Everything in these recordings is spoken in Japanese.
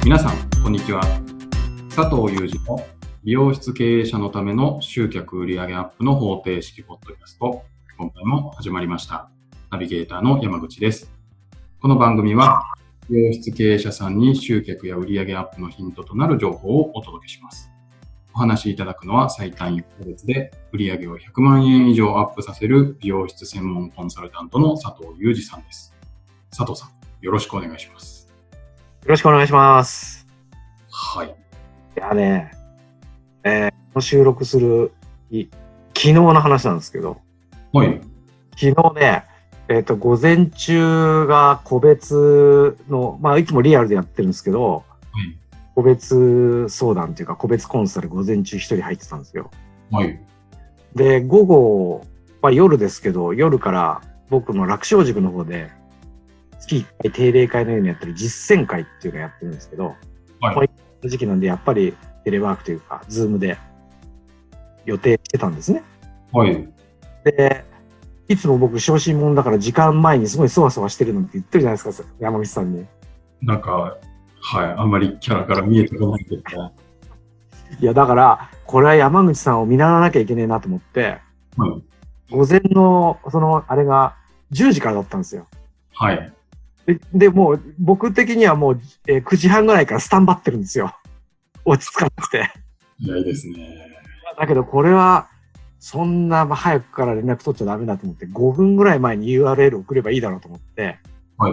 皆さん、こんにちは。佐藤祐二の美容室経営者のための集客売上アップの方程式ポッドキャスト。今回も始まりました。ナビゲーターの山口です。この番組は美容室経営者さんに集客や売上アップのヒントとなる情報をお届けします。お話しいただくのは最短1ヶ月で売上を100万円以上アップさせる美容室専門コンサルタントの佐藤祐二さんです。佐藤さん、よろしくお願いします。 よろしくお願いします。 はい。 いやね、収録する昨日の話なんですけど、 はい。 昨日ね、午前中が個別の、いつもリアルでやってるんですけど、 はい。 個別相談というか個別コンサル午前中一人入ってたんですよ。 はい。 で、午後、夜ですけど、夜から僕の楽勝塾の方で、月1回定例会のようにやってる実践会っていうのをやってるんですけど、 はい。 この時期なんでやっぱりテレワークというか、ズームで予定してたんですね。 はい。 で、いつも僕小心者だから時間前にすごいそわそわしてるのって言ってるじゃないですか、山口さんに。 なんか、はい。あんまりキャラから見えてこないけど。 いや、だから、これは山口さんを見習わなきゃいけねえなと思って、 はい。 午前の、あれが10時からだったんですよ。 はい。 で、もう、僕的にはもう、9時半ぐらいからスタンバってるんですよ。落ち着かなくて。 いや、いいですね。 だけど、これは、そんな早くから連絡取っちゃダメだと思って、5分ぐらい前に URL 送ればいいだろうと思って、 はい。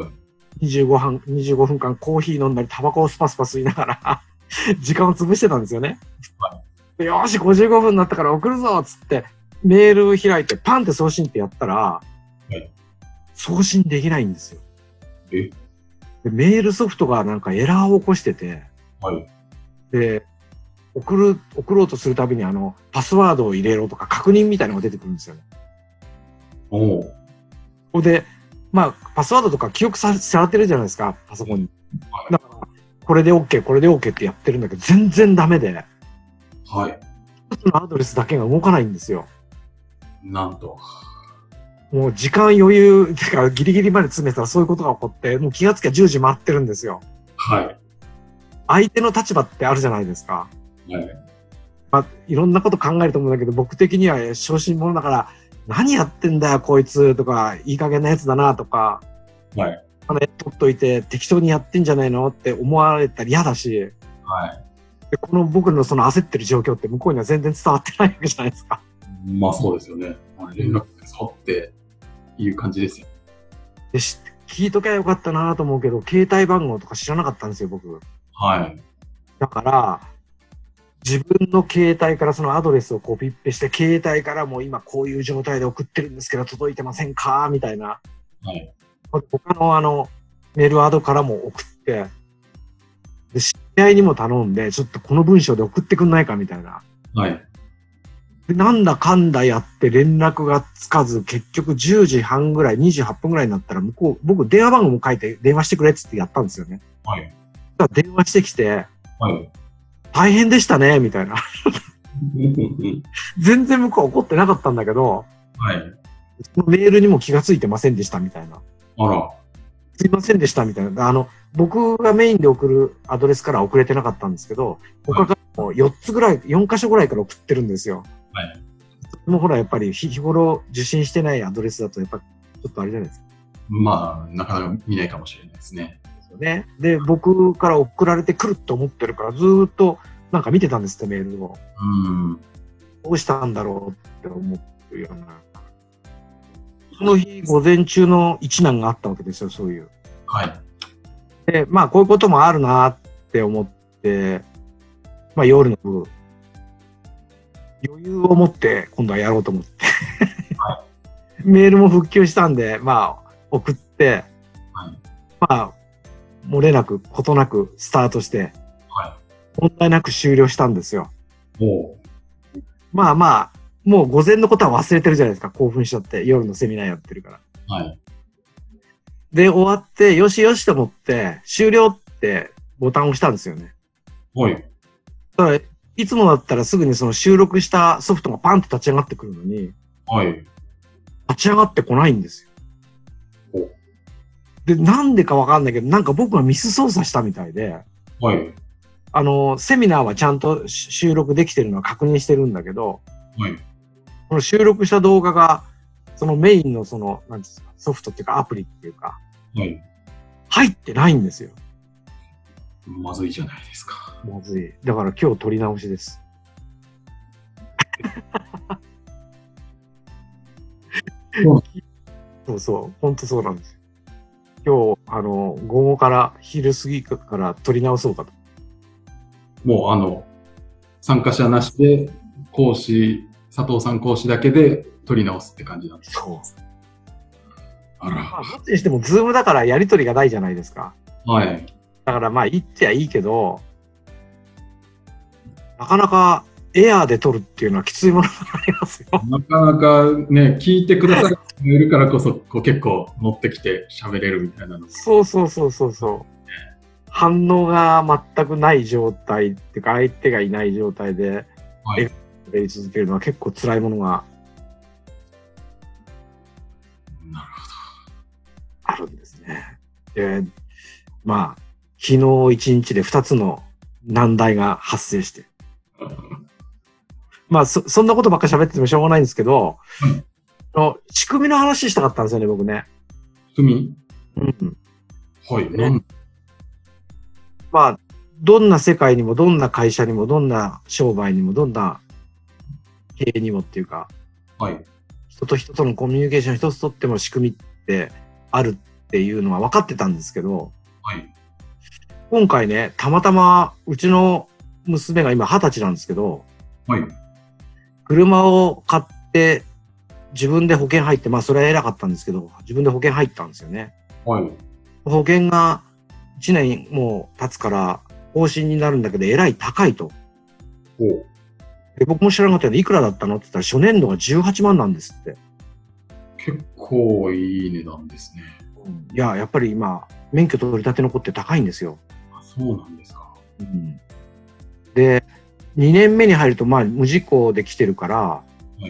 25分間コーヒー飲んだり、タバコをスパスパ吸いながら、時間を潰してたんですよね。 はでよーし、55分になったから送るぞっつって、メール開いて、パンって送信ってやったら、 い。 送信できないんですよ。 え？ でメールソフトがなんかエラーを起こしてて、 はい。 で、送ろうとするたびにパスワードを入れろとか確認みたいなのが出てくるんですよね。 おー。 ここで、パスワードとか記憶されてるじゃないですか、パソコンに。だから、これで OK、これで OK ってやってるんだけど、全然ダメで、 はい。 一つのアドレスだけが動かないんですよ。 なんと。 もう時間余裕、てかギリギリまで詰めたらそういうことが起こって、もう気がつきゃ10時回ってるんですよ。 は相手の立場ってあるじゃないですか。 い。はい。 いろんなこと考えると思うんだけど、僕的には小心者だから、何やってんだよ、こいつとか、いい加減なやつだなとか、 はい。 取っといて適当にやってんじゃないのって思われたら嫌だし、 はい。 でこの僕のその焦ってる状況って向こうには全然伝わってないわけじゃないですか。 まあそうですよね。連絡ですよっていう感じですよ。 で聞いときゃよかったなと思うけど、携帯番号とか知らなかったんですよ、僕。 はい。 だから、自分の携帯からそのアドレスをコピペして、携帯からもう今こういう状態で送ってるんですけど、届いてませんかみたいな。 はい。 他のメールアドからも送って、で、知り合いにも頼んで、ちょっとこの文章で送ってくんないかみたいな。 はい。 でなんだかんだやって連絡がつかず、結局10時半ぐらい、28分ぐらいになったら僕電話番号も書いて電話してくれっつってやったんですよね。 はい。 電話してきて、 はい。 大変でしたね、みたいな。全然向こうは怒ってなかったんだけど、 はい。 そのメールにも気がついてませんでしたみたいな。 あら。 すいませんでしたみたいな。僕がメインで送るアドレスから送れてなかったんですけど、他からも4つぐらい、4箇所ぐらいから送ってるんですよ。 はい。 もうほら、やっぱり日頃受信してないアドレスだと、やっぱちょっとあれじゃないですか。 まあ、なかなか見ないかもしれないですね。 ね。で、僕から送られてくると思ってるから、ずーっとなんか見てたんですって、メールを。どうしたんだろうって思ってるような。その日、午前中の一難があったわけですよ、そういう。 はい。 で、こういうこともあるなって思って、夜の部、余裕を持って今度はやろうと思って。 はメールも復旧したんで、送って、 はい。 漏れなく、ことなくスタートして、 は問題なく終了したんですよ。 い。おー。 もう午前のことは忘れてるじゃないですか。興奮しちゃって、夜のセミナーやってるから。 はい。 で、終わって、よしよしと思って、終了ってボタンを押したんですよね。 はい。 だからいつもだったらすぐにその収録したソフトがパンって立ち上がってくるのに、 はい。 立ち上がってこないんですよ。 お。 で、なんでかわかんないけど、なんか僕がミス操作したみたいで、 はい。 セミナーはちゃんと収録できてるのは確認してるんだけど、 はい。 この収録した動画が、そのメインのなんですか、ソフトっていうかアプリっていうか、 はい。 入ってないんですよ。 まずいじゃないですか。 まずい。だから今日撮り直しです。そうそう、ほんとそうなんですよ。今日、午後から昼過ぎから撮り直そうかと。 もう参加者なしで、佐藤さん講師だけで取り直すって感じなんですか。 そう。 あら。 まあ、どっちにしてもズームだからやりとりがないじゃないですか。 はい。 だからまあ言っちゃいいけど、なかなかエアーで撮るっていうのはきついものがありますよ。 なかなかね、聞いてくださる人がいるからこそ、結構乗ってきて喋れるみたいなの。 そうそうそうそうそう。反応が全くない状態っていうか、相手がいない状態で、 はい。 やり続けるのは結構辛いものがなるあるんですね。で、まあ、昨日一日で2つの難題が発生して。まあ、そんなことばっかり喋っててもしょうがないんですけど、仕組みの話したかったんですよね、僕ね。 仕組みうん。 はい。 まあ、どんな世界にも、どんな会社にも、どんな商売にも、どんな経営にもっていうか、 はい。 人と人とのコミュニケーション一つとっても仕組みってあるっていうのは分かってたんですけど、 はい。 今回ね、たまたまうちの娘が今20歳なんですけど、 はい。 車を買って自分で保険入って、まあそれは偉かったんですけど、自分で保険入ったんですよね。 はい。 保険が1年もう経つから更新になるんだけど、えらい高いと。 おう。 で僕も知らなかったけど、いくらだったのって言ったら初年度が18万なんですって。 結構いい値段ですね。 いや、やっぱり今、免許取り立ての子って高いんですよ。 あ、そうなんですか。 うん、で、2年目に入ると、まあ、無事故で来てるから、 はい。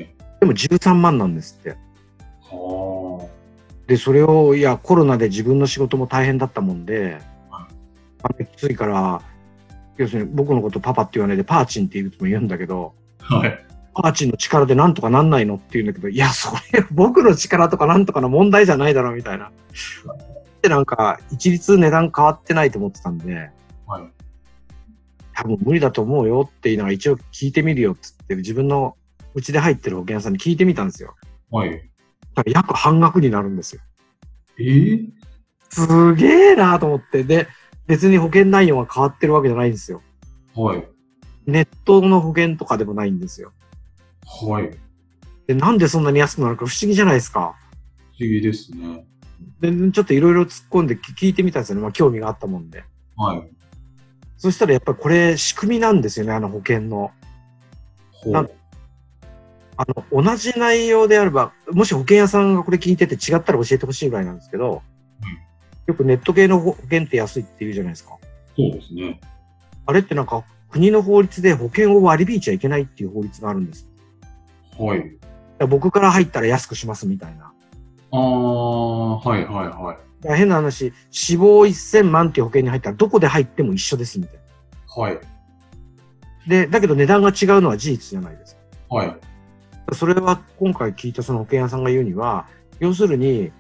でも13万なんですって。 はで、それを、いや、コロナで自分の仕事も大変だったもんで、きついから、要するに僕のことパパって言わないでパーチンって言うとも言うんだけど、 あ。はい。 パーチンの力でなんとかなんないのって言うんだけど、いや、それ僕の力とかなんとかの問題じゃないだろうみたいな。で、なんか、一律値段変わってないと思ってたんで、 はい。 多分無理だと思うよっていうのは一応聞いてみるよっつって自分のうちで入ってる保険屋さんに聞いてみたんですよ。 はい。 だから約半額になるんですよ。 ー、 すげえなと思って。で、別に保険内容が変わってるわけじゃないんですよ。 はい。 ネットの保険とかでもないんですよ。 はい。 で、なんでそんなに安くなるか不思議じゃないですか。 不思議ですね。 で、ちょっといろいろ突っ込んで聞いてみたんですよね。まあ興味があったもんで。 はい。 そしたらやっぱりこれ仕組みなんですよね、あの保険の。 ほう。 同じ内容であれば、もし保険屋さんがこれ聞いてて違ったら教えてほしいぐらいなんですけど、よくネット系の保険って安いって言うじゃないですか。 そうですね。 あれってなんか国の法律で保険を割り引いちゃいけないっていう法律があるんです。 はい。 だから僕から入ったら安くしますみたいな。 ああ、はいはいはい。 だから変な話、死亡1000万っていう保険に入ったらどこで入っても一緒ですみたいな。 はい。 で、だけど値段が違うのは事実じゃないですか。 はい。 それは今回聞いたその保険屋さんが言うには、要するに、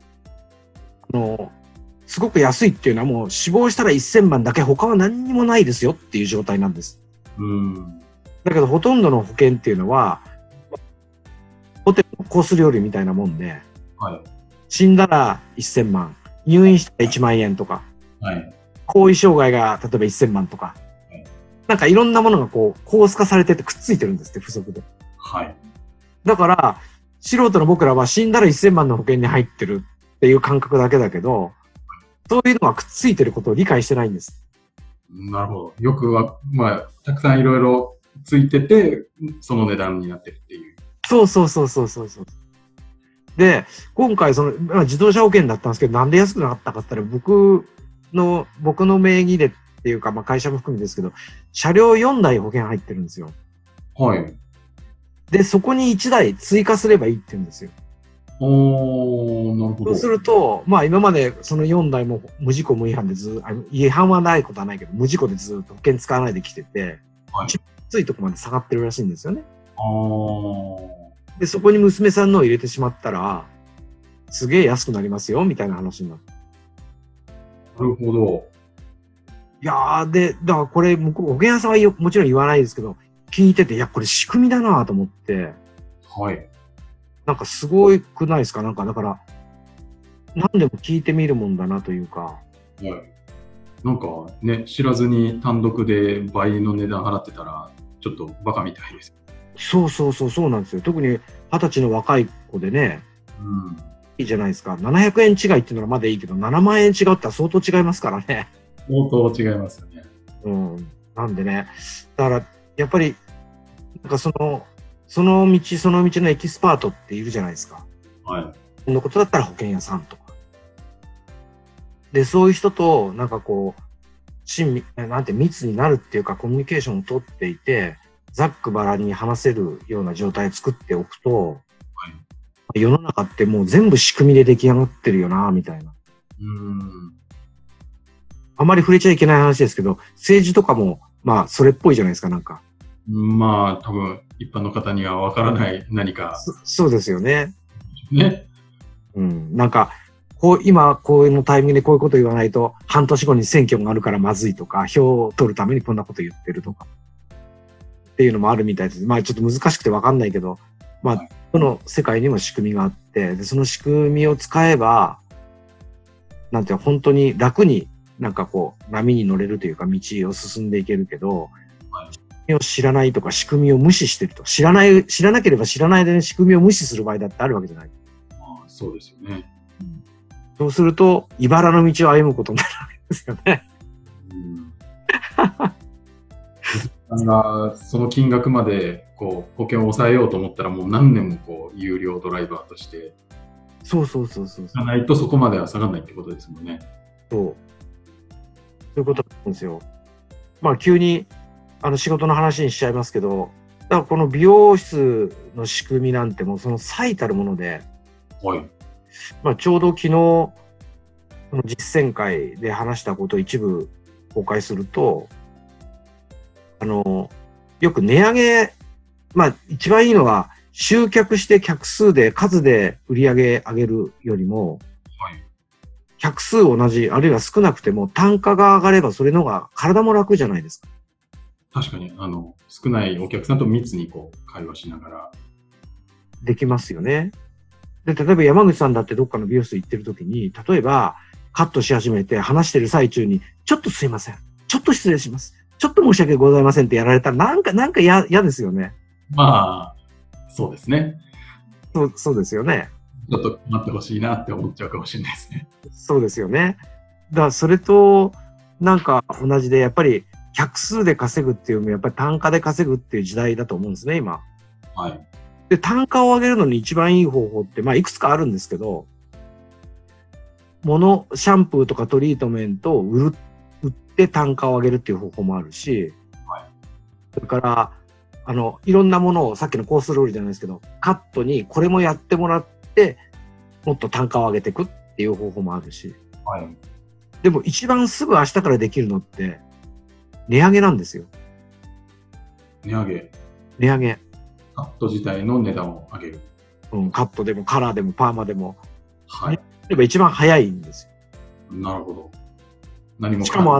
すごく安いっていうのはもう死亡したら1000万だけ他は何にもないですよっていう状態なんです。だけどほとんどの保険っていうのは、ホテルのコース料理みたいなもんで、 はい。 死んだら1000万、入院したら1万円とか、 はい。 後遺障害が例えば1000万とか、なんかいろんなものがこう、コース化されててくっついてるんですって、付属で。 はい。 だから、素人の僕らは死んだら1000万の保険に入ってるっていう感覚だけだけど、そういうのがくっついてることを理解してないんです。 なるほど。よくは、まあ、たくさんいろいろついてて、その値段になってるっていう。 そうそうそうそうそうそう。で、今回自動車保険だったんですけど、なんで安くなかったかって言ったら、僕の名義でっていうか、まあ会社も含めですけど、車両4台保険入ってるんですよ。 はい。 で、そこに1台追加すればいいって言うんですよ。 なるほど。 そうすると、まあ今までその4台も無事故無違反で違反はないことはないけど、無事故でずっと保険使わないで来てて、 はい。 きついとこまで下がってるらしいんですよね。 ああ。 で、そこに娘さんのを入れてしまったら、すげえ安くなりますよ、みたいな話になって。 なるほど。 いやー、で、だからこれ、向こう、保険屋さんはもちろん言わないですけど、聞いてて、いや、これ仕組みだなと思って、 はい。 なんかすごくないですか？なんか、だから、何でも聞いてみるもんだなというか。 はい。なんかね、知らずに単独で倍の値段払ってたら、ちょっとバカみたいです。 そうなんですよ。特に20歳の若い子でね、 うん。 いいじゃないですか。700円違いっていうのはまだいいけど、7万円違うってのは相当違いますからね。 相当違いますよね。 うん。なんでね、だから、やっぱり、なんかその道のエキスパートっているじゃないですか。 はい。 このことだったら保険屋さんとか。で、そういう人と、なんかこう、なんて密になるっていうか、コミュニケーションを取っていて、ざっくばらんに話せるような状態を作っておくと、 はい。 世の中ってもう全部仕組みで出来上がってるよな、みたいな。あまり触れちゃいけない話ですけど、政治とかも、まあ、それっぽいじゃないですか、なんか。 まあ、多分、一般の方にはわからない何か。 そうですよね。 ね。 うん。なんか、今、こういうのタイミングでこういうこと言わないと、半年後に選挙があるからまずいとか、票を取るためにこんなこと言ってるとか、っていうのもあるみたいです。まあ、ちょっと難しくてわかんないけど、まあ、どの世界にも仕組みがあって、で、その仕組みを使えば、なんていう本当に楽になんかこう、波に乗れるというか、道を進んでいけるけど、仕組みを知らないとか、仕組みを無視してると。知らなければ知らないで仕組みを無視する場合だってあるわけじゃない。 まあ、そうですよね。 そうすると、茨の道を歩むことになるわけですよね。 さんがその金額までこう保険を抑えようと思ったらもう何年もこう有料ドライバーとしてそう。 がないとそこまでは下がらないってことですもんね。 そういうことなんですよ。まあ急に仕事の話にしちゃいますけど、だからこの美容室の仕組みなんてもうその最たるもので、 はい。 まあちょうど昨日その実践会で話したことを一部公開すると、よく値上げ、まあ一番いいのは集客して数で売り上げ上げるよりも、客数同じ、あるいは少なくても単価が上がればそれの方が体も楽じゃないですか。 確かに、少ないお客さんと密にこう会話しながら。 できますよね。で、例えば山口さんだってどっかの美容室行ってる時に、例えばカットし始めて話してる最中に、ちょっとすいません。ちょっと失礼します。ちょっと申し訳ございませんってやられたら、なんか嫌ですよね。 まあ、そうですね。 そうですよね。 ちょっと待ってほしいなって思っちゃうかもしれないですね。 そうですよね。だからそれとなんか同じで、やっぱり客数で稼ぐっていうよりもやっぱり単価で稼ぐっていう時代だと思うんですね、今。 はい。 で、単価を上げるのに一番いい方法って、まあいくつかあるんですけど、シャンプーとかトリートメントを売って単価を上げるっていう方法もあるし、 はい、 それから、いろんなものをさっきのコースロールじゃないですけど、カットにこれもやってもらって、もっと単価を上げていくっていう方法もあるし。 はい。 でも一番すぐ明日からできるのって、値上げなんですよ。 値上げ。 値上げ。 カット自体の値段を上げる。 うん、カットでもカラーでもパーマでも。 はい。 やれば一番早いんですよ。 なるほど。何もしかも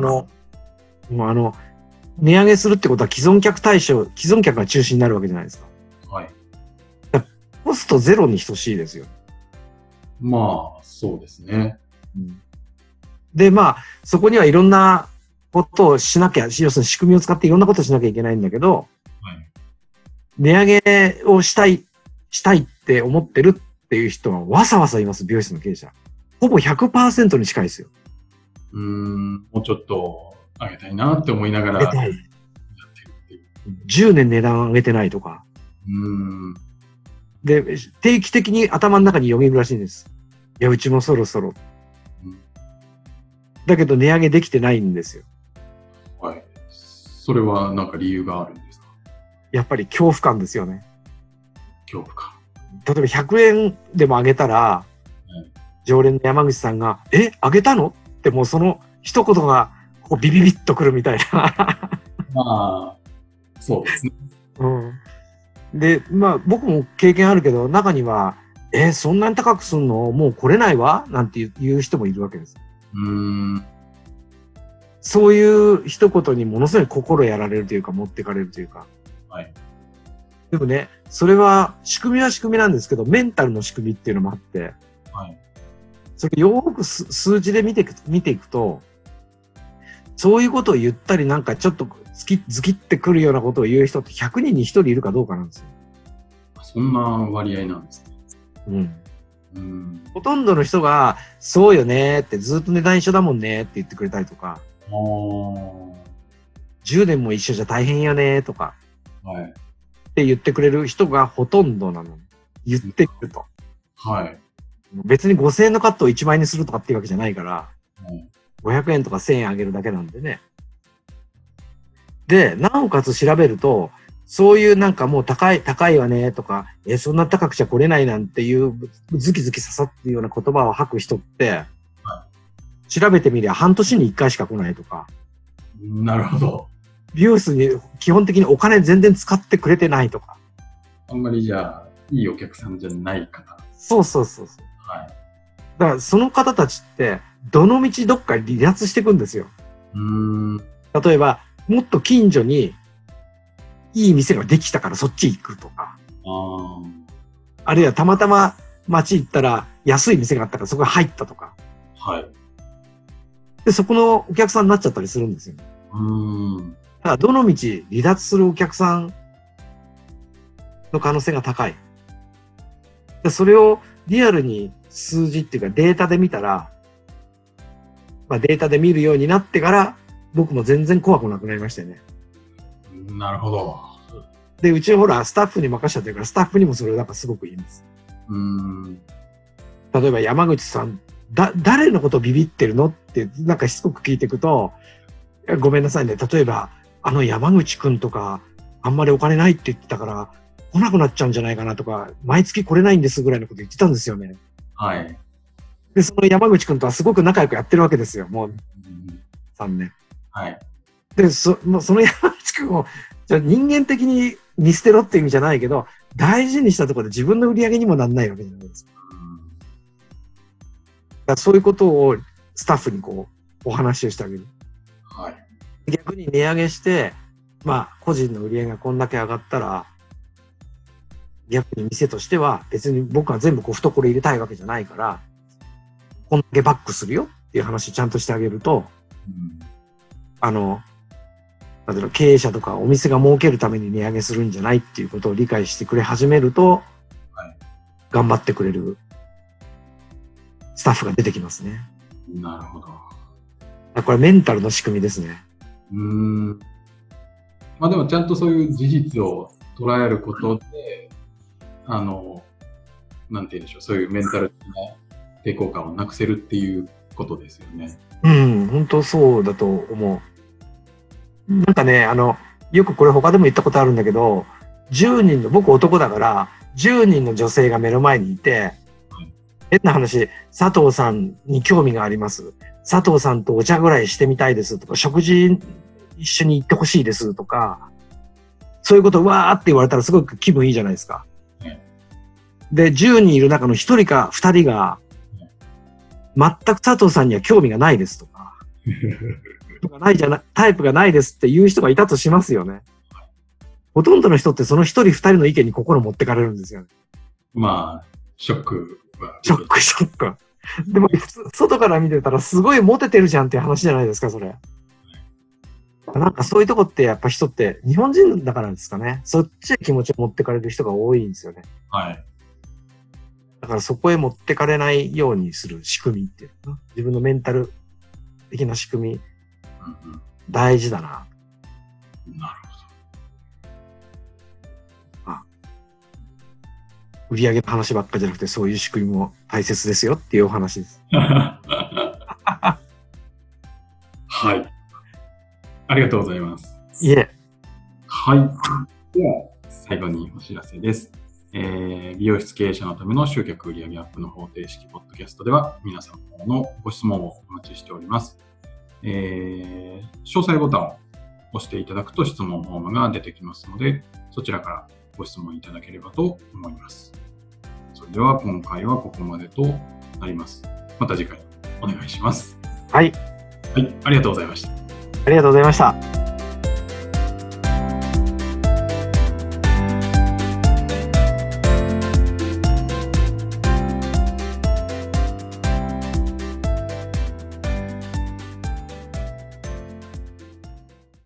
値上げするってことは既存客が中心になるわけじゃないですか。 はい。 コストゼロに等しいですよ。 まあ、そうですね。 で、まあ、そこにはいろんなことをしなきゃ、要するに仕組みを使っていろんなことをしなきゃいけないんだけど、 はい、 値上げをしたいって思ってるっていう人はわさわさいます、美容室の経営者。ほぼ 100% に近いですよ。 もうちょっと上げたいなって思いながらやってるっていう。 10年値段上げてないとか。で、定期的に頭の中によぎるらしいんです。いや、うちもそろそろ。だけど値上げできてないんですよ。 はい。それは何か理由があるんですか？ やっぱり恐怖感ですよね。 恐怖感。 例えば100円でもあげたら、常連の山口さんが、あげたのってもうその一言がこうビビビッとくるみたいな。 まあ、そうですね。 で、僕も経験あるけど、中には、そんなに高くすんのもう来れないわなんて言う人もいるわけです。そういう一言にものすごい心やられるというか、持ってかれるというか。 はい。 でもね、それは、仕組みは仕組みなんですけど、メンタルの仕組みっていうのもあって、 はい。 それよーく数字で見ていくと、そういうことを言ったりなんかちょっとズキってくるようなことを言う人って100人に1人いるかどうかなんですよ。 そんな割合なんですね。 ほとんどの人が、そうよねってずっと値段一緒だもんねって言ってくれたりとか、10年も一緒じゃ大変よねとか、って言ってくれる人がほとんどなの。言ってくると。 はい。 別に5000円のカットを1万円にするとかっていうわけじゃないから、500円とか1000円あげるだけなんでね。で、なおかつ調べると、そういうなんかもう高いわねとか、そんな高くちゃ来れないなんていうズキズキ刺さってるような言葉を吐く人って、調べてみりゃ半年に1回しか来ないとか。 なるほど。 美容室に基本的にお金全然使ってくれてないとか。 あんまりじゃあ、いいお客さんじゃない方。 そう。はい。だからその方たちって、どの道どっか離脱していくんですよ。例えば、もっと近所にいい店ができたからそっち行くとか。あるいはたまたま街行ったら安い店があったからそこに入ったとか。 はい。 で、そこのお客さんになっちゃったりするんですよ。だからどの道離脱するお客さんの可能性が高い。でそれをリアルに数字っていうかデータで見たら、データで見るようになってから僕も全然怖くなくなりましたよね。 なるほど。 で、うちはほらスタッフに任せちゃってるからスタッフにもそれをなんかすごく言います。例えば山口さん、誰のことビビってるのってなんかしつこく聞いていくと、ごめんなさいね。例えば、山口くんとか、あんまりお金ないって言ってたから、来なくなっちゃうんじゃないかなとか、毎月来れないんですぐらいのこと言ってたんですよね。 はい。 で、その山口くんとはすごく仲良くやってるわけですよ。もう、3年。 はい。 で、その山口くんを、じゃ人間的に見捨てろって意味じゃないけど、大事にしたところで自分の売り上げにもなんないわけじゃないですか。だからそういうことをスタッフにこう、お話をしてあげる。 はい。 逆に値上げして、個人の売り上げがこんだけ上がったら、逆に店としては別に僕は全部こう懐入れたいわけじゃないから、こんだけバックするよっていう話をちゃんとしてあげると、経営者とかお店が儲けるために値上げするんじゃないっていうことを理解してくれ始めると、頑張ってくれるスタッフが出てきますね。 なるほど。 これメンタルの仕組みですね。 でもちゃんとそういう事実を捉えることで、なんて言うんでしょう、そういうメンタル的な抵抗感をなくせるっていうことですよね。 本当そうだと思う。なんかね、よくこれ他でも言ったことあるんだけど、僕男だから、10人の女性が目の前にいて、変な話、佐藤さんに興味があります。佐藤さんとお茶ぐらいしてみたいですとか、食事一緒に行ってほしいですとか、そういうことをわーって言われたらすごく気分いいじゃないですか。で、10人いる中の1人か2人が、全く佐藤さんには興味がないですとか、タイプがないですっていう人がいたとしますよね。ほとんどの人ってその1人2人の意見に心持ってかれるんですよね。 ショックは。 ショック。でも、外から見てたらすごいモテてるじゃんっていう話じゃないですか、それ。なんかそういうとこってやっぱ人って日本人だからですかね。そっちへ気持ちを持ってかれる人が多いんですよね。 はい。 だからそこへ持ってかれないようにする仕組みっていうの、自分のメンタル的な仕組み、大事だな。 なるほど。 売上の話ばっかじゃなくてそういう仕組みも大切ですよっていうお話です。 はい。ありがとうございます。 いえ。 はい。では、最後にお知らせです。 美容室経営者のための集客売上アップの方程式ポッドキャストでは皆様のご質問をお待ちしております。詳細ボタンを押していただくと質問フォームが出てきますので、そちらからご質問いただければと思います。それでは今回はここまでとなります。また次回お願いします。 はい。 はい、ありがとうございました。 ありがとうございました。